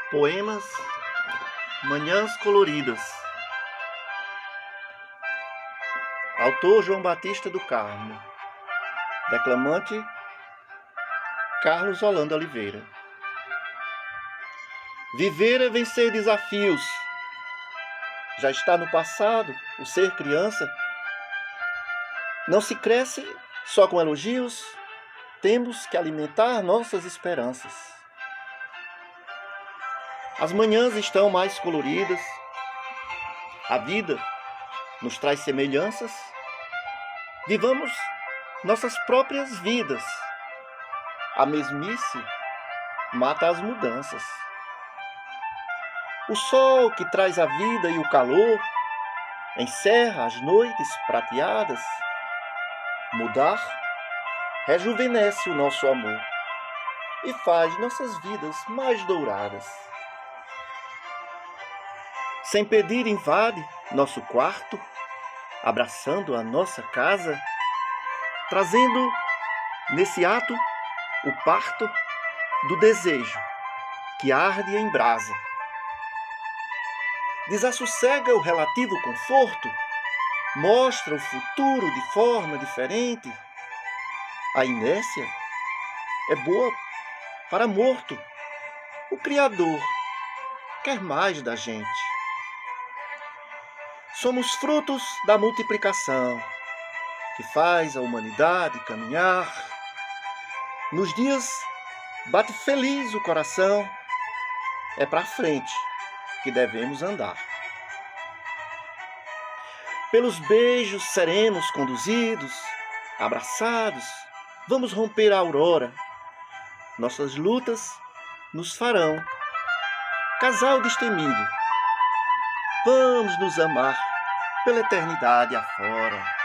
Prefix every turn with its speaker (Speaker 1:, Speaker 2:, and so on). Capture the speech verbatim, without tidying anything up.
Speaker 1: Poemas Manhãs Coloridas. Autor João Batista do Carmo. Declamante Carlos Holanda Oliveira. Viver é vencer desafios. Já está no passado o ser criança. Não se cresce só com elogios. Temos que alimentar nossas esperanças. As manhãs estão mais coloridas. A vida nos traz semelhanças. Vivamos nossas próprias vidas. A mesmice mata as mudanças. O sol que traz a vida e o calor encerra as noites prateadas. Mudar rejuvenesce o nosso amor e faz nossas vidas mais douradas. Sem pedir, invade nosso quarto, abraçando a nossa casa, trazendo nesse ato o parto do desejo que arde em brasa. Desassossega o relativo conforto, mostra o futuro de forma diferente. A inércia é boa para morto. O Criador quer mais da gente. Somos frutos da multiplicação, que faz a humanidade caminhar. Nos dias bate feliz o coração, é para frente que devemos andar. Pelos beijos serenos conduzidos, abraçados, vamos romper a aurora. Nossas lutas nos farão casal destemido. Vamos nos amar pela eternidade afora.